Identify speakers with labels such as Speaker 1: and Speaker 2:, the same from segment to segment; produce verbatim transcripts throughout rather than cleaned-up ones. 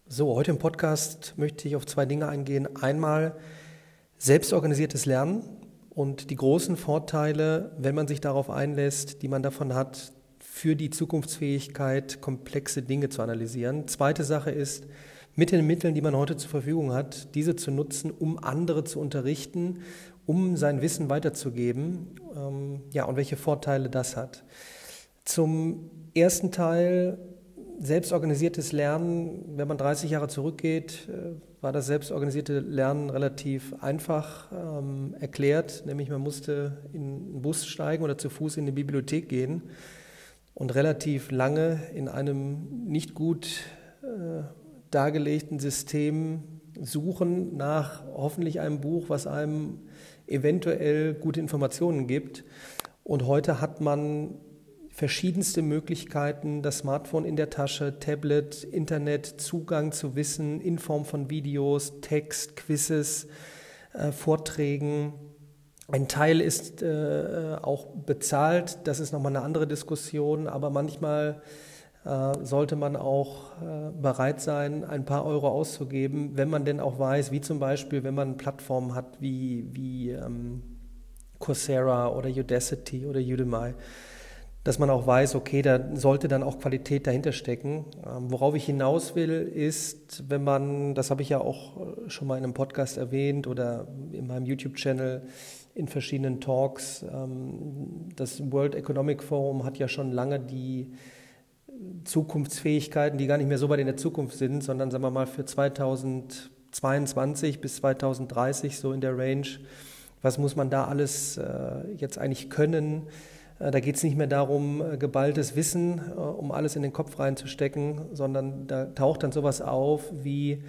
Speaker 1: So, heute im Podcast möchte ich auf zwei Dinge eingehen. Einmal selbstorganisiertes Lernen und die großen Vorteile, wenn man sich darauf einlässt, die man davon hat, für die Zukunftsfähigkeit komplexe Dinge zu analysieren. Zweite Sache ist, mit den Mitteln, die man heute zur Verfügung hat, diese zu nutzen, um andere zu unterrichten, um sein Wissen weiterzugeben, ähm, ja, und welche Vorteile das hat. Zum ersten Teil, selbstorganisiertes Lernen, wenn man dreißig Jahre zurückgeht, war das selbstorganisierte Lernen relativ einfach ähm, erklärt, nämlich man musste in einen Bus steigen oder zu Fuß in eine Bibliothek gehen und relativ lange in einem nicht gut äh, dargelegten System suchen nach hoffentlich einem Buch, was einem eventuell gute Informationen gibt. Und heute hat man verschiedenste Möglichkeiten, das Smartphone in der Tasche, Tablet, Internet, Zugang zu Wissen in Form von Videos, Text, Quizzes, äh, Vorträgen. Ein Teil ist äh, auch bezahlt, das ist nochmal eine andere Diskussion, aber manchmal äh, sollte man auch äh, bereit sein, ein paar Euro auszugeben, wenn man denn auch weiß, wie zum Beispiel, wenn man Plattformen hat wie, wie ähm, Coursera oder Udacity oder Udemy, dass man auch weiß, okay, da sollte dann auch Qualität dahinter stecken. Ähm, worauf ich hinaus will, ist, wenn man, das habe ich ja auch schon mal in einem Podcast erwähnt oder in meinem YouTube-Channel in verschiedenen Talks, ähm, das World Economic Forum hat ja schon lange die Zukunftsfähigkeiten, die gar nicht mehr so weit in der Zukunft sind, sondern sagen wir mal für zweitausendzweiundzwanzig bis zweitausenddreißig, so in der Range, was muss man da alles äh, jetzt eigentlich können? Da geht es nicht mehr darum, geballtes Wissen, um alles in den Kopf reinzustecken, sondern da taucht dann sowas auf wie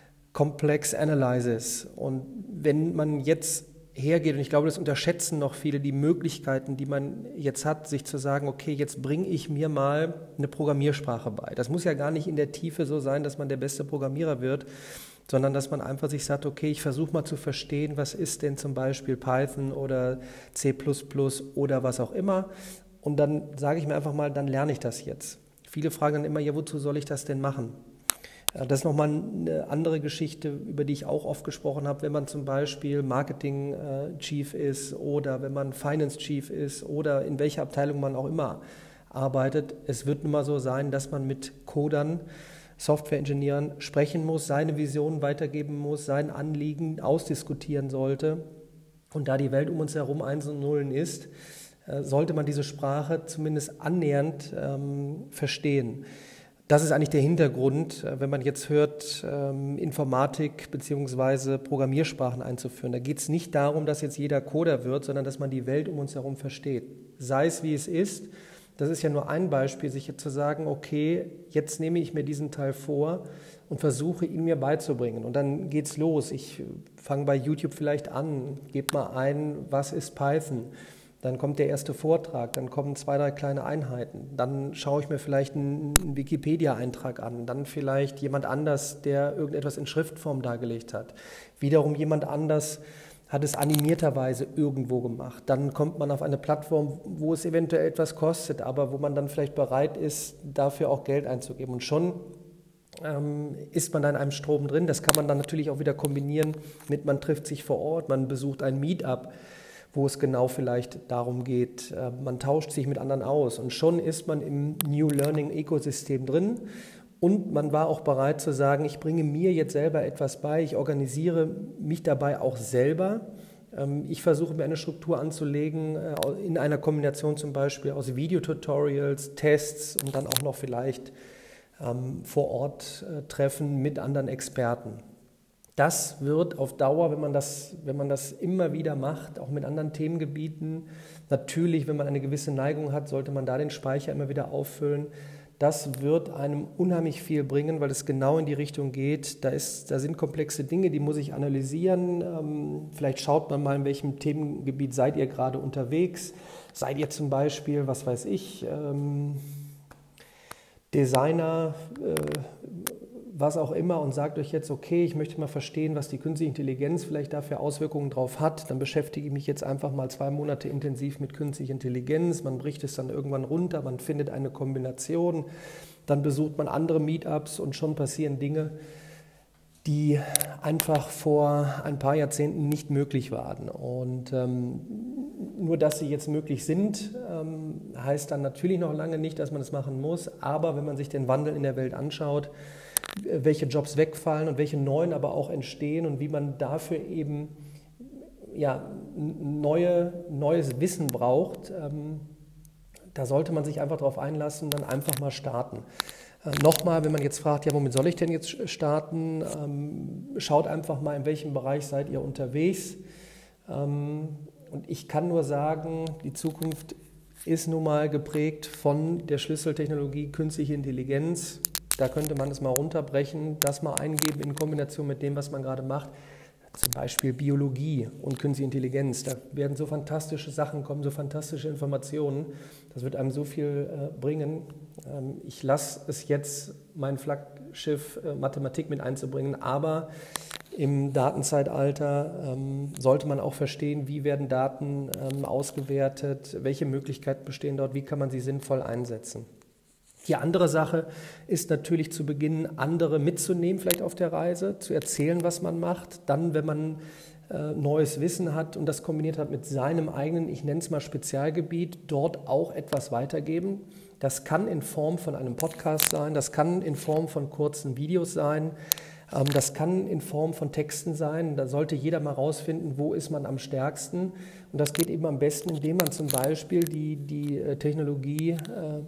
Speaker 1: Complex Analysis. Und wenn man jetzt hergeht, und ich glaube, das unterschätzen noch viele, die Möglichkeiten, die man jetzt hat, sich zu sagen, okay, jetzt bringe ich mir mal eine Programmiersprache bei. Das muss ja gar nicht in der Tiefe so sein, dass man der beste Programmierer wird, sondern dass man einfach sich sagt, okay, ich versuche mal zu verstehen, was ist denn zum Beispiel Python oder C plus plus oder was auch immer. Und dann sage ich mir einfach mal, dann lerne ich das jetzt. Viele fragen dann immer, ja, wozu soll ich das denn machen? Das ist nochmal eine andere Geschichte, über die ich auch oft gesprochen habe, wenn man zum Beispiel Marketing Chief ist oder wenn man Finance Chief ist oder in welcher Abteilung man auch immer arbeitet. Es wird nun mal so sein, dass man mit Codern, Software-Ingenieuren sprechen muss, seine Vision weitergeben muss, sein Anliegen ausdiskutieren sollte. Und da die Welt um uns herum Eins und Nullen ist, sollte man diese Sprache zumindest annähernd ähm, verstehen. Das ist eigentlich der Hintergrund, wenn man jetzt hört, ähm, Informatik bzw. Programmiersprachen einzuführen. Da geht es nicht darum, dass jetzt jeder Coder wird, sondern dass man die Welt um uns herum versteht. Sei es wie es ist. Das ist ja nur ein Beispiel, sich jetzt zu sagen, okay, jetzt nehme ich mir diesen Teil vor und versuche, ihn mir beizubringen. Und dann geht's los. Ich fange bei YouTube vielleicht an, gebe mal ein, was ist Python? Dann kommt der erste Vortrag, dann kommen zwei, drei kleine Einheiten. Dann schaue ich mir vielleicht einen Wikipedia-Eintrag an, dann vielleicht jemand anders, der irgendetwas in Schriftform dargelegt hat. Wiederum jemand anders hat es animierterweise irgendwo gemacht. Dann kommt man auf eine Plattform, wo es eventuell etwas kostet, aber wo man dann vielleicht bereit ist, dafür auch Geld einzugeben. Und schon ähm, ist man da in einem Strom drin. Das kann man dann natürlich auch wieder kombinieren mit, man trifft sich vor Ort, man besucht ein Meetup, wo es genau vielleicht darum geht, äh, man tauscht sich mit anderen aus. Und schon ist man im New Learning-Ökosystem drin. Und man war auch bereit zu sagen, ich bringe mir jetzt selber etwas bei, ich organisiere mich dabei auch selber. Ich versuche mir eine Struktur anzulegen, in einer Kombination zum Beispiel aus Videotutorials, Tests und dann auch noch vielleicht vor Ort Treffen mit anderen Experten. Das wird auf Dauer, wenn man das, wenn man das immer wieder macht, auch mit anderen Themengebieten, natürlich, wenn man eine gewisse Neigung hat, sollte man da den Speicher immer wieder auffüllen. Das wird einem unheimlich viel bringen, weil es genau in die Richtung geht. Da, ist, da sind komplexe Dinge, die muss ich analysieren. Ähm, vielleicht schaut man mal, in welchem Themengebiet seid ihr gerade unterwegs. Seid ihr zum Beispiel, was weiß ich, ähm, Designer, äh, was auch immer und sagt euch jetzt, okay, ich möchte mal verstehen, was die künstliche Intelligenz vielleicht da für Auswirkungen drauf hat, dann beschäftige ich mich jetzt einfach mal zwei Monate intensiv mit künstlicher Intelligenz, man bricht es dann irgendwann runter, man findet eine Kombination, dann besucht man andere Meetups und schon passieren Dinge, die einfach vor ein paar Jahrzehnten nicht möglich waren. Und ähm, nur, dass sie jetzt möglich sind, ähm, heißt dann natürlich noch lange nicht, dass man es machen muss. Aber wenn man sich den Wandel in der Welt anschaut, welche Jobs wegfallen und welche neuen aber auch entstehen und wie man dafür eben ja, neue, neues Wissen braucht, ähm, da sollte man sich einfach darauf einlassen, dann einfach mal starten. Äh, Nochmal, wenn man jetzt fragt, ja, womit soll ich denn jetzt starten? Ähm, schaut einfach mal, in welchem Bereich seid ihr unterwegs. Ähm, und ich kann nur sagen, die Zukunft ist nun mal geprägt von der Schlüsseltechnologie künstliche Intelligenz. Da könnte man es mal runterbrechen, das mal eingeben in Kombination mit dem, was man gerade macht. Zum Beispiel Biologie und künstliche Intelligenz. Da werden so fantastische Sachen kommen, so fantastische Informationen. Das wird einem so viel äh, bringen. Ähm, ich lasse es jetzt, mein Flaggschiff äh, Mathematik mit einzubringen, aber im Datenzeitalter ähm, sollte man auch verstehen, wie werden Daten ähm, ausgewertet, welche Möglichkeiten bestehen dort, wie kann man sie sinnvoll einsetzen. Die andere Sache ist natürlich zu Beginn, andere mitzunehmen, vielleicht auf der Reise, zu erzählen, was man macht. Dann, wenn man äh, neues Wissen hat und das kombiniert hat mit seinem eigenen, ich nenne es mal Spezialgebiet, dort auch etwas weitergeben. Das kann in Form von einem Podcast sein, das kann in Form von kurzen Videos sein, ähm, das kann in Form von Texten sein. Da sollte jeder mal rausfinden, wo ist man am stärksten. Und das geht eben am besten, indem man zum Beispiel die, die äh, Technologie äh,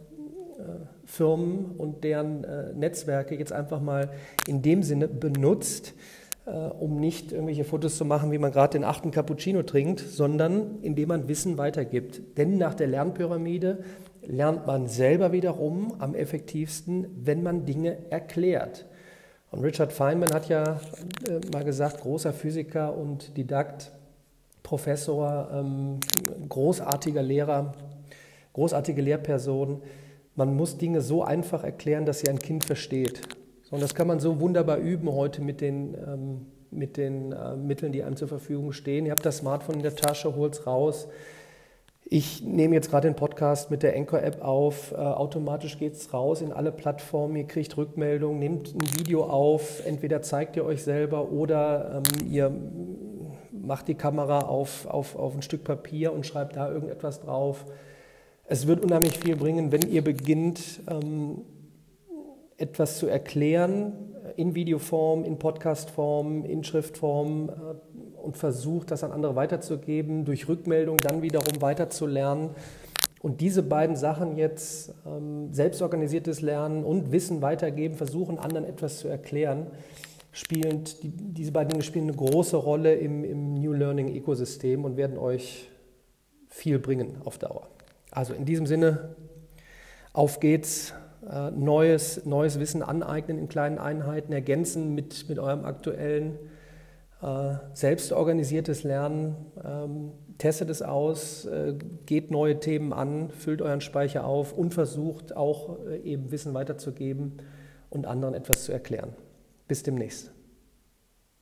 Speaker 1: Firmen und deren äh, Netzwerke jetzt einfach mal in dem Sinne benutzt, äh, um nicht irgendwelche Fotos zu machen, wie man gerade den achten Cappuccino trinkt, sondern indem man Wissen weitergibt. Denn nach der Lernpyramide lernt man selber wiederum am effektivsten, wenn man Dinge erklärt. Und Richard Feynman hat ja äh, mal gesagt, großer Physiker und Didakt, Professor, ähm, großartiger Lehrer, großartige Lehrperson. Man muss Dinge so einfach erklären, dass sie ein Kind versteht. Und das kann man so wunderbar üben heute mit den, ähm, mit den äh, Mitteln, die einem zur Verfügung stehen. Ihr habt das Smartphone in der Tasche, holt es raus. Ich nehme jetzt gerade den Podcast mit der Anchor-App auf. Äh, automatisch geht es raus in alle Plattformen. Ihr kriegt Rückmeldungen, nehmt ein Video auf. Entweder zeigt ihr euch selber oder ähm, ihr macht die Kamera auf, auf, auf ein Stück Papier und schreibt da irgendetwas drauf. Es wird unheimlich viel bringen, wenn ihr beginnt, ähm, etwas zu erklären, in Videoform, in Podcastform, in Schriftform äh, und versucht, das an andere weiterzugeben, durch Rückmeldung dann wiederum weiterzulernen. Und diese beiden Sachen jetzt, ähm, selbstorganisiertes Lernen und Wissen weitergeben, versuchen, anderen etwas zu erklären, spielen, die, diese beiden Dinge spielen eine große Rolle im, im New Learning-Ökosystem und werden euch viel bringen auf Dauer. Also in diesem Sinne, auf geht's, äh, neues, neues Wissen aneignen in kleinen Einheiten, ergänzen mit, mit eurem aktuellen, äh, selbstorganisiertes Lernen, ähm, testet es aus, äh, geht neue Themen an, füllt euren Speicher auf und versucht auch äh, eben Wissen weiterzugeben und anderen etwas zu erklären. Bis demnächst.